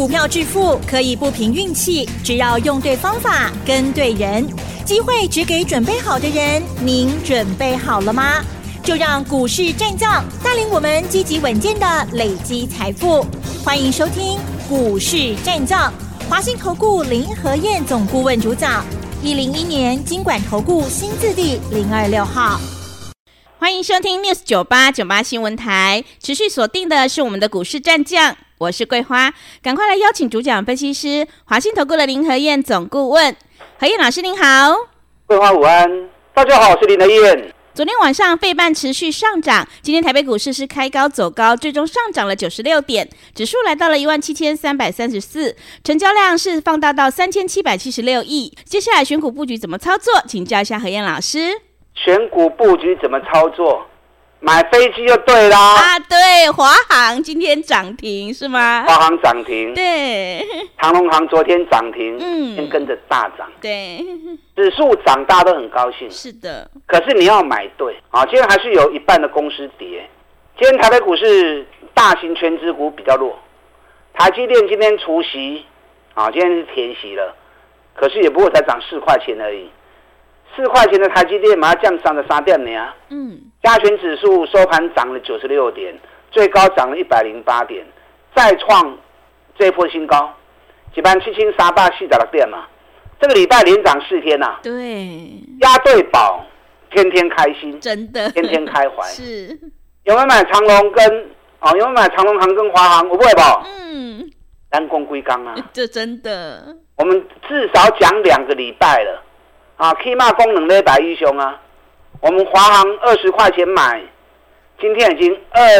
股票致富可以不凭运气，只要用对方法跟对人。机会只给准备好的人，您准备好了吗？就让股市战将带领我们积极稳健的累积财富。欢迎收听股市战将，华信投顾林和彥总顾问主讲，101年金管投顾新字第026号。 欢迎收听 News98 新闻台，持续锁定的是我们的股市战将，我是桂花，赶快来邀请主讲分析师华信投顾的林和彥总顾问。和彥老师您好。 桂花午安，大家好，我是林和彥。 昨天晚上费半持续上涨，今天台北股市是开高走高，最终上涨了96点，指数来到了17334，成交量是放大到3776亿。接下来选股布局怎么操作？请教一下和彥老师。 选股布局怎么操作？买飞机就对啦。 啊，对，华航今天涨停是吗？ 华航涨停， 对。 长荣航昨天涨停，今天跟着大涨， 对。 指数涨大家都很高兴， 是的。 可是你要买对啊！今天还是有一半的公司跌。今天台北股市大型全指股比较弱，台积电今天除息啊，今天是填息了，可是也不过才涨4块钱而已。4块钱的台积电马上降33点呢。加权指数收盘涨了96点，最高涨了108点，再创这一波新高，17346点嘛。这个礼拜连涨4天啊。 对。 押对宝，天天开心， 真的， 天天开怀。 是。 有没有买长荣跟有没有买长荣航跟华航？我不会吧？单攻归刚啊。 这真的。 我们至少讲2个礼拜了。起码功能200亿雄啊！我们华航20块钱买，今天已经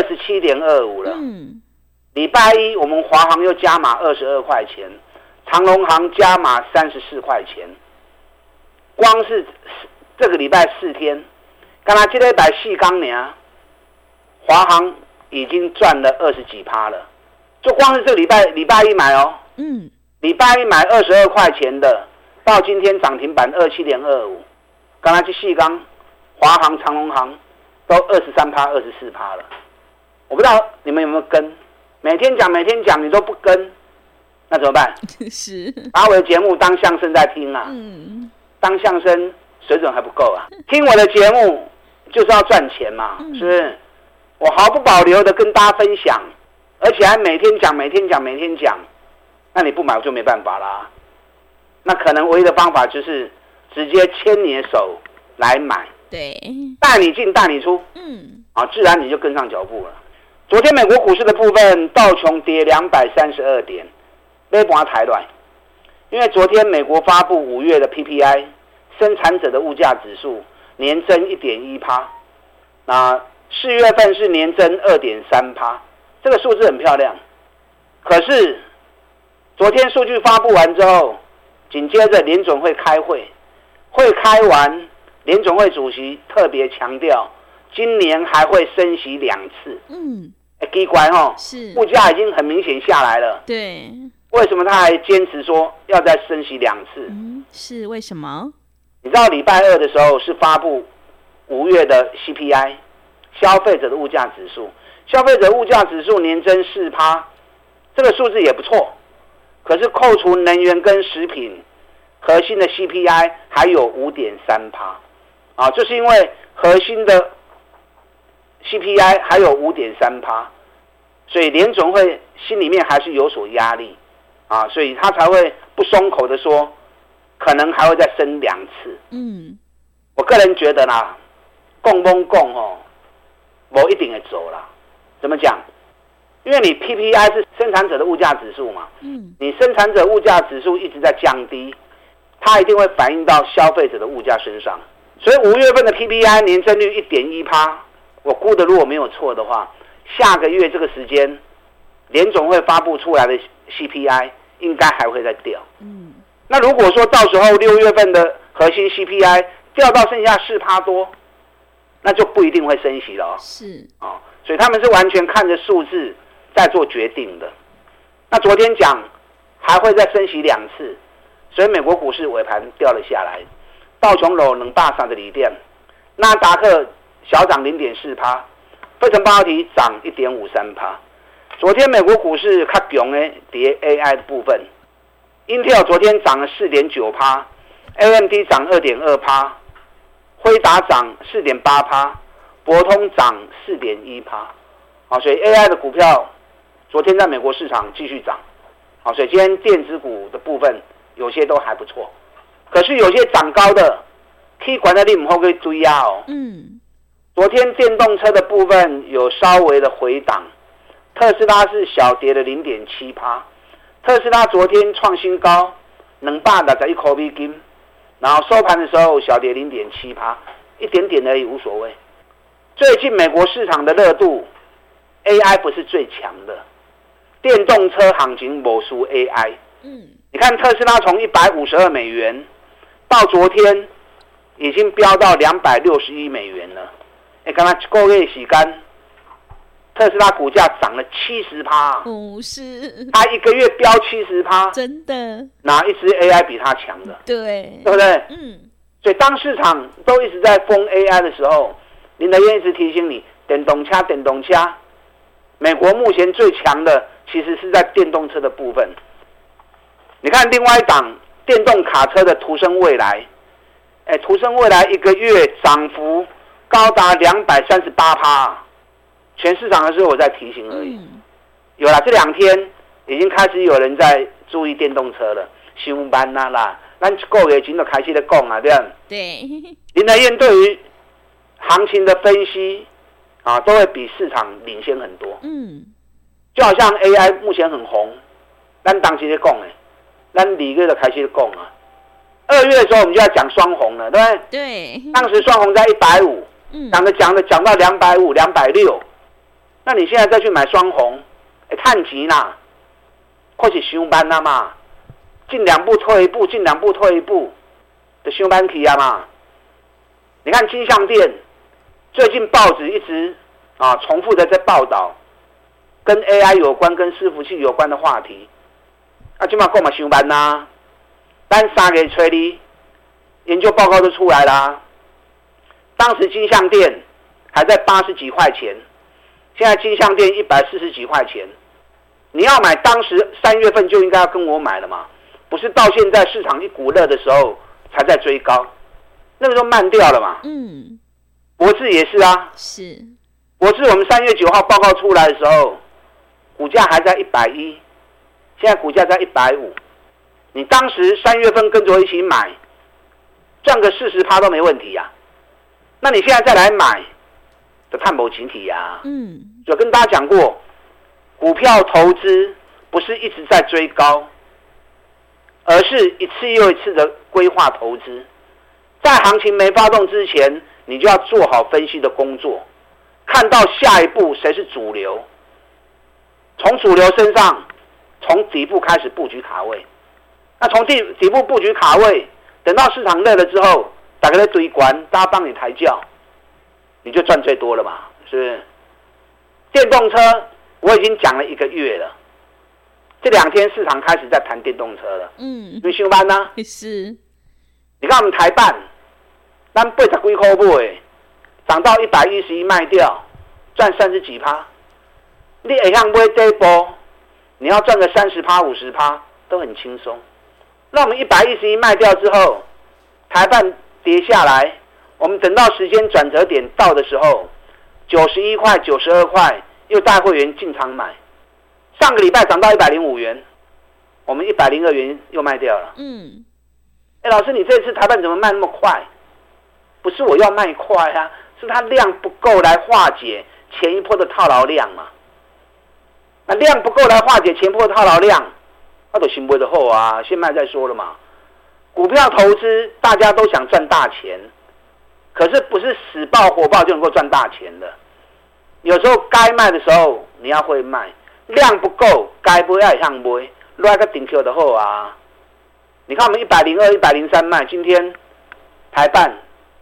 27.25了。礼拜一我们华航又加码22块钱，长荣航加码34块钱。光是这个礼拜4天，刚才这个140刚年，华航已经赚了20几%了。就光是这个礼拜一买哦，礼拜一买22块钱的。到今天涨停板27.25，刚才去细钢、华航、长荣航都23%、24%了。我不知道你们有没有跟？每天讲你都不跟，那怎么办？ 是把我的节目当相声在听啊！当相声水准还不够啊！听我的节目就是要赚钱嘛，是不是？我毫不保留的跟大家分享，而且还每天讲，那你不买我就没办法啦。那可能唯一的方法就是直接牵你的手来买， 对， 带你进带你出，自然你就跟上脚步了。昨天美国股市的部分，道琼跌232点，尾盘抬乱，因为昨天美国发布5月的 PPI 生产者的物价指数年增 1.1%， 那4月份是年增 2.3%， 这个数字很漂亮。可是昨天数据发布完之后，紧接着联准会开会，会开完，联准会主席特别强调，今年还会升息2次。奇怪哦， 是物价已经很明显下来了。 对， 为什么他还坚持说要再升息2次？ 是为什么？ 你知道礼拜二的时候是发布5月的 CPI 消费者的物价指数，消费者物价指数年增4%，这个数字也不错。可是扣除能源跟食品，核心的 CPI 还有 5.3%， 这是因为核心的 CPI 还有 5.3%， 所以联准会心里面还是有所压力所以他才会不松口的说可能还会再升2次。我个人觉得啦，讲不一定会走啦。怎么讲？因为你 PPI 是生产者的物价指数嘛，你生产者物价指数一直在降低，它一定会反映到消费者的物价身上。所以5月份的 PPI 年增率 1.1%， 我估的如果没有错的话，下个月这个时间，联总会发布出来的 CPI 应该还会再掉。那如果说到时候6月份的核心 CPI 掉到剩下4%多，那就不一定会升息了。 是所以他们是完全看着数字在做决定的。那昨天讲还会再升息2次，所以美国股市尾盘掉了下来，道琼楼232点，纳达克小涨 0.4%， 费城半导体涨 1.53%。 昨天美国股市较强的跌 AI 的部分 ，Intel 昨天涨了 4.9%，AMD 涨 2.2%， 辉达涨 4.8%， 博通涨 4.1%。好，所以 AI 的股票昨天在美国市场继续涨。好，所以今天电子股的部分有些都还不错，可是有些涨高的，K 管的你不可以追啊哦。昨天电动车的部分有稍微的回档，特斯拉是小跌了 0.7%， 特斯拉昨天创新高261块美金，然后收盘的时候小跌 0.7%， 一点点而已，无所谓。最近美国市场的热度 AI 不是最强的，电动车行情没输 AI。你看特斯拉从152美元到昨天已经飙到261美元了。刚刚一个月时间，特斯拉股价涨了 70%。 是。 它一个月飙 70%， 真的。 哪一支 AI 比它强的？ 对不对？所以当市场都一直在疯 AI 的时候，林德燕一直提醒你，电动车，美国目前最强的其实是在电动车的部分。你看另外一档电动卡车的途胜未来，途胜未来一个月涨幅高达 238%， 全市场的时候我在提醒而已。有啦，这2天已经开始有人在注意电动车了，上班啦，咱一个月前就开始在讲啊，对吧？ 对。 林德燕对于行情的分析啊，都会比市场领先很多。就好像 AI 目前很红，咱当时在讲咱2月就开始在讲啊。2月的时候我们就要讲双红了，对不对？ 对。 当时双红在150，讲到250、260，那你现在再去买双红，趁钱啦，或是上班啦嘛，进2步退1步，进2步退1步，就上班去啊嘛。你看金像电，最近报纸一直重复的在报道跟 AI 有关、跟伺服器有关的话题，现在还是上班啦。但3月初的研究报告都出来啦，当时金像电还在80几块钱，现在金像电140几块钱。你要买，当时3月份就应该要跟我买了嘛，不是到现在市场一股热的时候才在追高，那个时候慢掉了嘛。博智也是啊， 是博智我们3月9号报告出来的时候，股价还在110，现在股价在150。你当时3月份跟着我一起买，赚个40%都没问题啊。那你现在再来买，就看不清体啊。就跟大家讲过，股票投资不是一直在追高，而是一次又一次的规划投资。在行情没发动之前，你就要做好分析的工作，看到下一步谁是主流，从主流身上，从底部开始布局卡位。那从底部布局卡位，等到市场热了之后，大家在堆关，大家帮你抬轿，你就赚最多了嘛，是不是？电动车我已经讲了1个月了，这2天市场开始在谈电动车了。你上班呢？ 是。 你看我们台办，咱80几块买，涨到111卖掉，赚30几%。你会想买这一波，你要赚个30%、50%都很轻松。那我们111卖掉之后，台办跌下来，我们等到时间转折点到的时候，91块、92块又带会员进场买。上个礼拜涨到105元，我们102元又卖掉了。老师，你这次台办怎么卖那么快？不是我要卖快啊，是它量不够来化解前一波的套牢量嘛。那量不够来化解前一波的套牢量，那都行不的后啊，先卖再说了嘛。股票投资大家都想赚大钱，可是不是死抱活抱就能够赚大钱的。有时候该卖的时候你要会卖，量不够该买要像买，落个顶 Q 的后啊。你看我们102、103卖，今天台办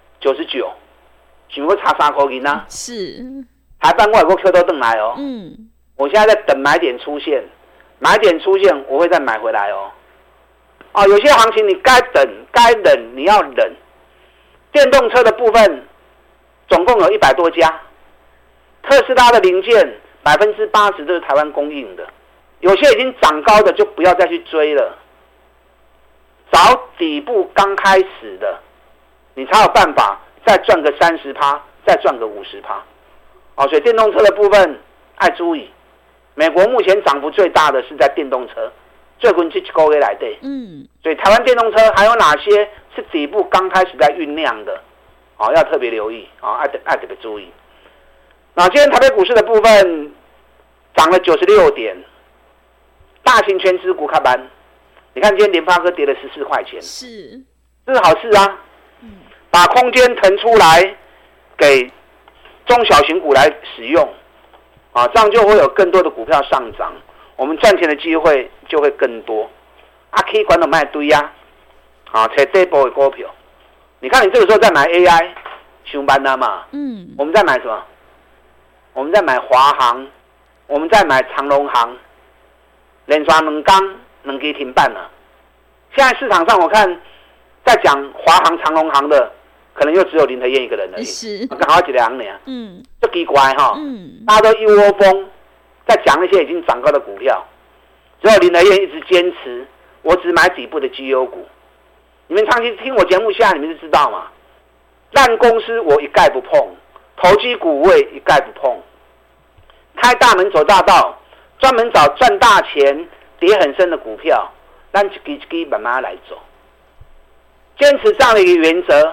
99，只不过差3块钱啊。 是。 台办我有个 Q 都等来哦。我现在在等买点出现，买点出现我会再买回来哦。有些行情你该等该忍你要忍。电动车的部分总共有100多家，特斯拉的零件 80%都是台湾供应的，有些已经涨高的就不要再去追了，找底部刚开始的，你才有办法再赚个30%，再赚个50%。所以电动车的部分要注意，美国目前涨幅最大的是在电动车，最近这1个月来的。所以台湾电动车还有哪些是底部刚开始在酝酿的？要特别留意要特别注意。那今天台北股市的部分涨了96点，大型全指股开盘，你看今天联发科跌了14块钱，这是好事啊。把空间腾出来给中小型股来使用，这样就会有更多的股票上涨，我们赚钱的机会就会更多。可以管到卖堆啊，找底部的股票。你看你这个时候在买 AI， 上班了嘛？我们在买什么？我们在买华航，我们在买长荣航，连刷2天2支停办了。现在市场上我看在讲华航、长荣航的，可能又只有林和燕一个人而已，刚好一个人呢，就奇怪哈，大家都一窝蜂在讲那些已经涨高的股票，只有林和燕一直坚持，我只买底部的绩优股。你们长期听我节目下，你们就知道嘛，烂公司我一概不碰，投机股我也一概不碰，开大门走大道，专门找赚大钱、跌很深的股票，咱一支一支慢慢来走。坚持这样的一个原则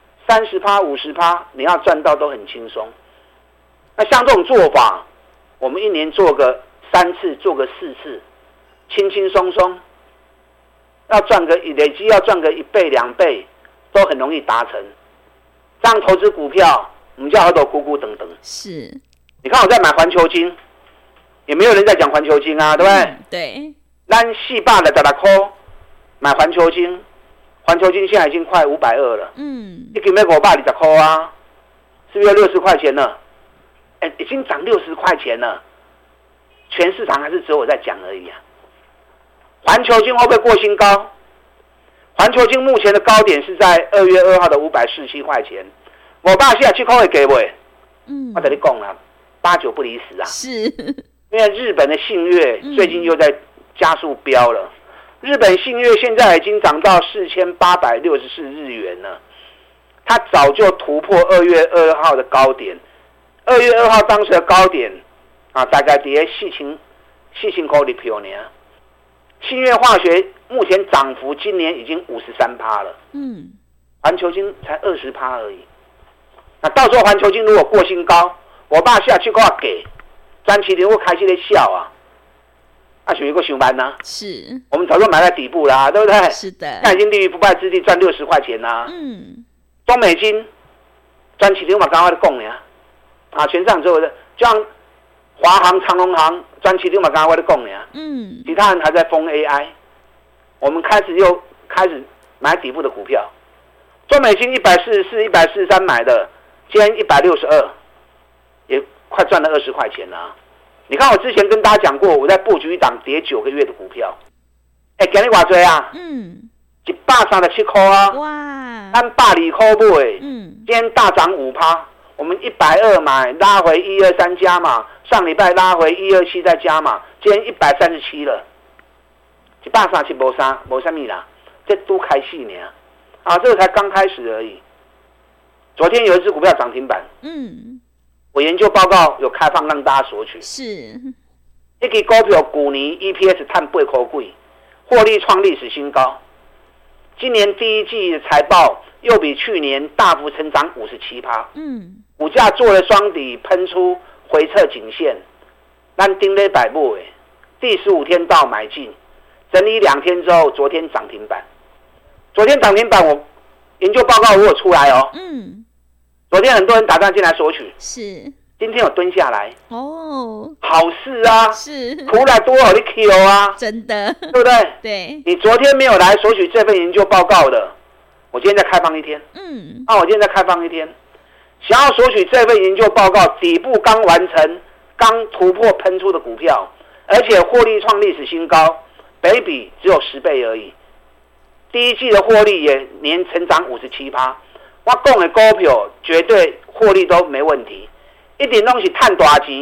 ，30%、50%，你要赚到都很轻松。那像这种做法，我们一年做个3次，做个4次，轻轻松松，要赚个累积要赚个1倍、2倍，都很容易达成。这样投资股票，我们叫好多咕咕等等。 是， 你看我在买环球金，也没有人在讲环球金啊，对不对？ 对。咱 466块买环球金。环球金现在已经快520了，一斤要520块啊，是不是要60块钱了？已经涨60块钱了，全市场还是只有我在讲而已啊。环球金会不会过新高？环球金目前的高点是在2月2号的547块钱，547块会给不？我跟你讲啦，8、9不离10啊。 是， 因为日本的信越最近又在加速飙了。日本信越现在已经涨到4864日元了，它早就突破2月2号的高点。2月2号当时的高点大概跌4000块的票呢。信越化学目前涨幅今年已经53%了，环球金才20%而已。那到时候环球金如果过新高，我爸下去给我给，詹麒麟会开心的笑啊。属于一个上班呢， 是我们早就买在底部啦，对不对？ 是的， 那已经立于不败之地，赚60块钱啦。中美金赚起零嘛，刚刚在讲呢，全市场所有的，就像华航、长荣航赚起零嘛，刚刚在讲呢。其他人还在疯 AI， 我们又开始买底部的股票。中美金144、143买的，今天162，也快赚了20块钱了。你看我之前跟大家讲过，我在布局一档跌9个月的股票，今天多少啊？137块啊！ 哇， 按120块买，今天大涨5%。我们120买，拉回123加码，上礼拜拉回127再加码，今天137了。137没啥么啦，这都开戏呢这个才刚开始而已。昨天有一只股票涨停板，我研究报告有开放让大家索取。 是， 一支股票去年 EPS 赚8块几，获利创历史新高。今年第一季的财报又比去年大幅成长57%。股价做了双底，喷出回撤颈线。咱顶礼拜买，第15天到买进，整理2天之后，昨天涨停板。昨天涨停板我研究报告如果出来哦。昨天很多人打算进来索取， 是， 今天有蹲下来好事啊， 是， 出来多好的 Q 啊， 真的， 对不对？ 对， 你昨天没有来索取这份研究报告的，我今天再开放一天，我今天再开放一天，想要索取这份研究报告，底部刚完成、刚突破喷出的股票，而且获利创历史新高，本益比只有10倍而已，第一季的获利也年成长57%。我讲的股票绝对获利都没问题，一定都是赚大钱，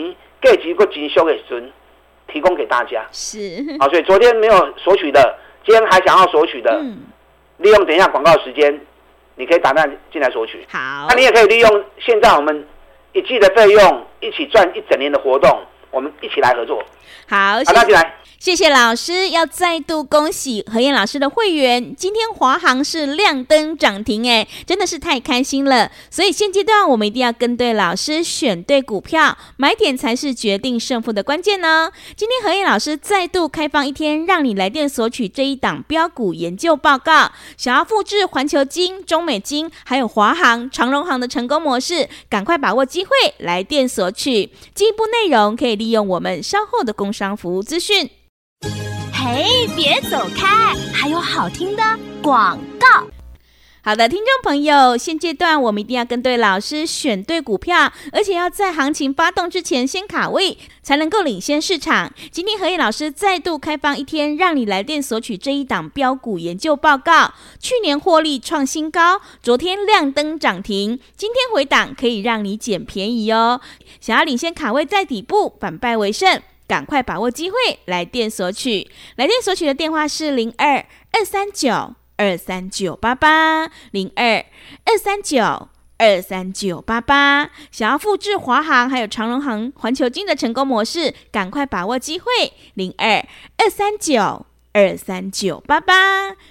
价值还真俗的时阵，提供给大家。 是， 好，所以昨天没有索取的，今天还想要索取的，利用等一下广告时间，你可以打电进来索取。 好， 那你也可以利用现在我们一季的费用，一起赚1整年的活动，我们一起来合作。 好， 打进来。 谢谢老师，要再度恭喜何燕老师的会员，今天华航是亮灯涨停，真的是太开心了。所以现阶段我们一定要跟对老师，选对股票，买点才是决定胜负的关键呢。今天何燕老师再度开放一天，让你来电索取这一档标股研究报告。想要复制环球金、中美金还有华航、长荣航的成功模式，赶快把握机会来电索取。进一步内容可以利用我们稍后的工商服务资讯。 嘿，别走开，还有好听的广告。 好的，听众朋友，现阶段我们一定要跟对老师，选对股票，而且要在行情发动之前先卡位，才能够领先市场。今天何燕老师再度开放一天，让你来电索取这一档标股研究报告。去年获利创新高，昨天亮灯涨停，今天回档可以让你捡便宜哦。想要领先卡位在底部，反败为胜，赶快把握机会，来电索取。来电索取的电话是02-239-23988 02-239-23988。想要复制华航还有长荣航、环球金的成功模式，赶快把握机会。02-239-23988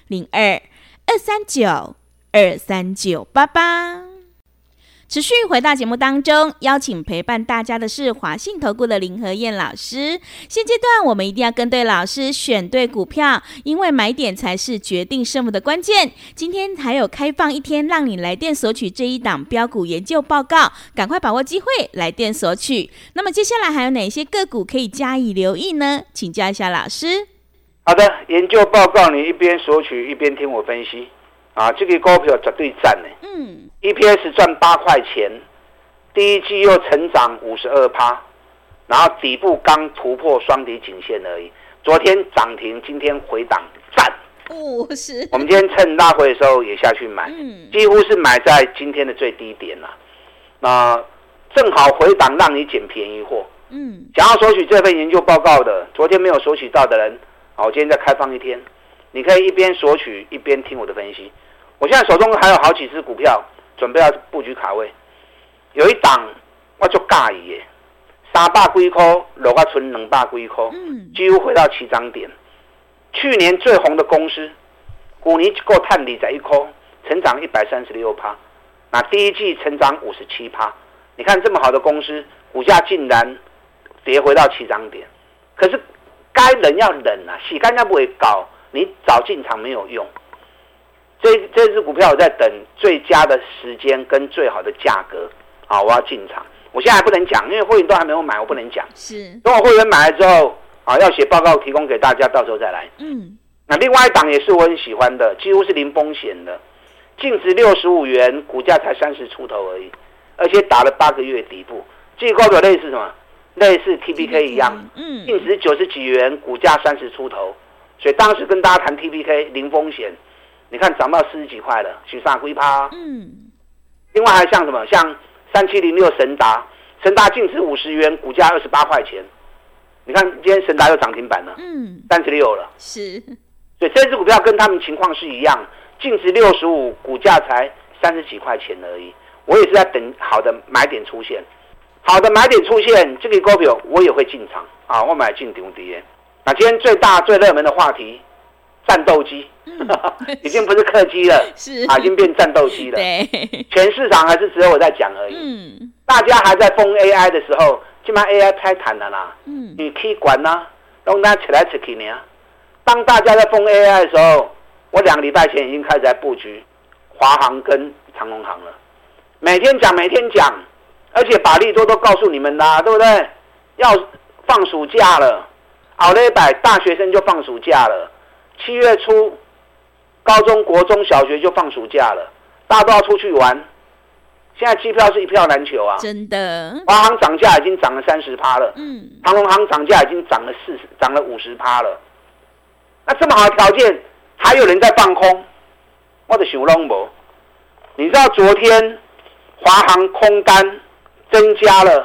02-239-23988。持续回到节目当中，邀请陪伴大家的是华信投顾的林和燕老师。现阶段我们一定要跟对老师，选对股票，因为买点才是决定胜负的关键。今天还有开放一天，让你来电索取这一档标股研究报告，赶快把握机会来电索取。那么接下来还有哪些个股可以加以留意呢？请教一下老师。 好的，研究报告你一边索取一边听我分析。这个股票绝对赞呢。EPS 赚8块钱，第一季又成长52%，然后底部刚突破双底颈线而已。昨天涨停，今天回档，赞。 是。我们今天趁拉回的时候也下去买，几乎是买在今天的最低点了。那正好回档，让你捡便宜货。想要索取这份研究报告的，昨天没有索取到的人，我今天再开放一天，你可以一边索取一边听我的分析。我现在手中还有好几只股票，准备要布局卡位。有一档我就介意的，300几块落到剩200几块，几乎回到起涨点。去年最红的公司，去年一个赚21块，成长136%。那第一季成长57%。你看这么好的公司，股价竟然跌回到起涨点。可是该忍要忍啊，洗干净不会高，你早进场没有用。这只股票我在等最佳的时间跟最好的价格，我要进场。我现在还不能讲，因为会员都还没有买，我不能讲。 是。 等我会员买了之后，要写报告提供给大家，到时候再来。那另外一档也是我很喜欢的，几乎是零风险的，净值65元，股价才30出头而已，而且打了8个月底部。这个股票类似什么？类似 TPK 一样，净值90几元，股价30出头。所以当时跟大家谈 TPK 零风险。你看涨到40几块了，许上归趴。另外还像什么？像3706神达，神达净值50元，股价28块钱。你看今天神达又涨停板了，36了。 是。 所以这支股票跟他们情况是一样，净值65，股价才30几块钱而已。我也是在等好的买点出现，好的买点出现，这个股票我也会进场我买进场跌。那今天最大最热门的话题。战斗机，已经不是客机了， 是已经变战斗机了。 对， 全市场还是只有我在讲而已。大家还在疯 AI 的时候，基本上 AI 太谈了啦。你可以管啦，让大家起来起去呢。当大家在疯 AI 的时候，我2个礼拜前已经开始在布局华航跟长荣航了。每天讲，而且把利多都告诉你们啦，对不对？要放暑假了，好礼拜大学生就放暑假了。7月初，高中、国中小学就放暑假了，大家都要出去玩。现在机票是一票难求啊！ 真的， 华航涨价已经涨了30%了，长荣航涨价已经涨了50%了。那这么好的条件，还有人在放空，我的想拢无。你知道昨天华航空单增加了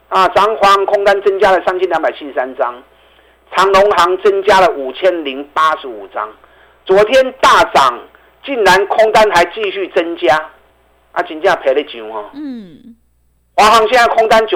长华航空单增加了3273张，长荣航增加了5085张。昨天大涨，竟然空单还继续增加，真正赔了钱哦。华航现在空单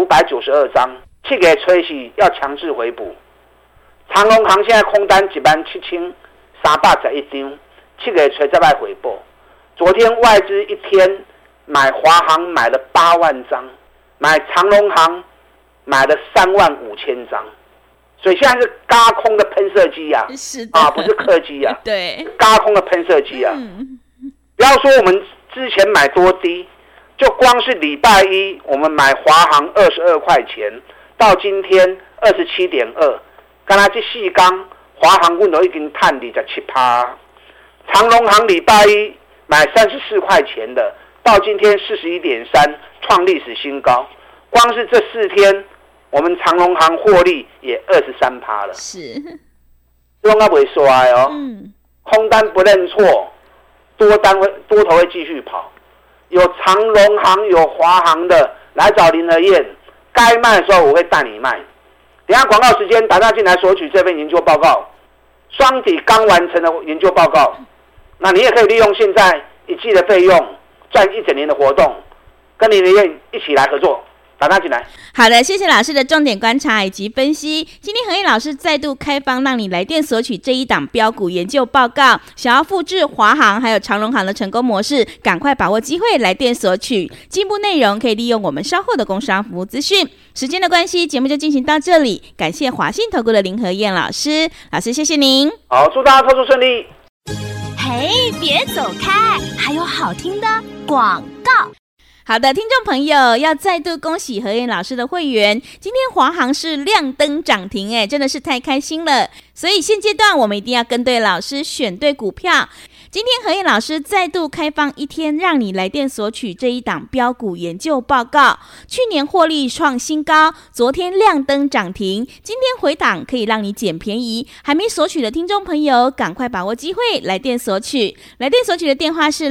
9592张，7月吹起要强制回补。长荣航现在空单17311张，7月吹再来回补。昨天外资一天买华航买了8万张，买长荣航买了35000张，所以现在是轧空的喷射机啊， 是的不是客机啊， 对， 轧空的喷射机啊。不要说我们之前买多低，就光是礼拜一我们买华航22块钱，到今天27.2，刚才这4天华航我都已经赚27%，长荣航礼拜一买34块钱的，到今天41.3，创历史新高。光是这4天，我们长荣航获利也23%了。 是， 用啊袂衰哦。空单不认错，多头会继续跑。有长荣航、有华航的来找林和燕，该卖的时候我会带你卖。等一下广告时间，打电话进来索取这份研究报告，双底刚完成的研究报告。那你也可以利用现在1季的费用，赚1整年的活动，跟林和燕一起来合作。打电话进来。 好的，谢谢老师的重点观察以及分析。今天和燕老师再度开放，让你来电索取这一档标股研究报告。想要复制华航还有长荣航的成功模式，赶快把握机会来电索取。进一步内容可以利用我们稍后的工商服务资讯。时间的关系，节目就进行到这里。感谢华信投顾的林和燕老师，老师谢谢您。 好，祝大家操作顺利。 嘿，别走开，还有好听的广告。 好的，听众朋友，要再度恭喜和燕老师的会员，今天华航是亮灯涨停，真的是太开心了。所以现阶段我们一定要跟对老师，选对股票。今天和燕老师再度开放1天，让你来电索取这一档标股研究报告。去年获利创新高，昨天亮灯涨停，今天回档可以让你捡便宜。还没索取的听众朋友，赶快把握机会来电索取。来电索取的电话是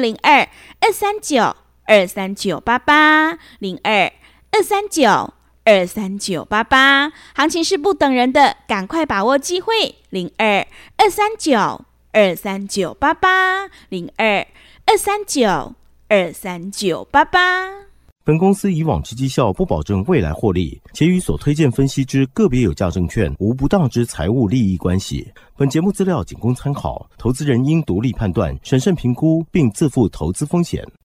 02-239-23988，02-239-23988。行情是不等人的，赶快把握机会。02-239-23988，02-239-23988。 本公司以往之绩效不保证未来获利，且与所推荐分析之个别有价证券无不当之财务利益关系。本节目资料仅供参考，投资人应独立判断、审慎评估，并自负投资风险。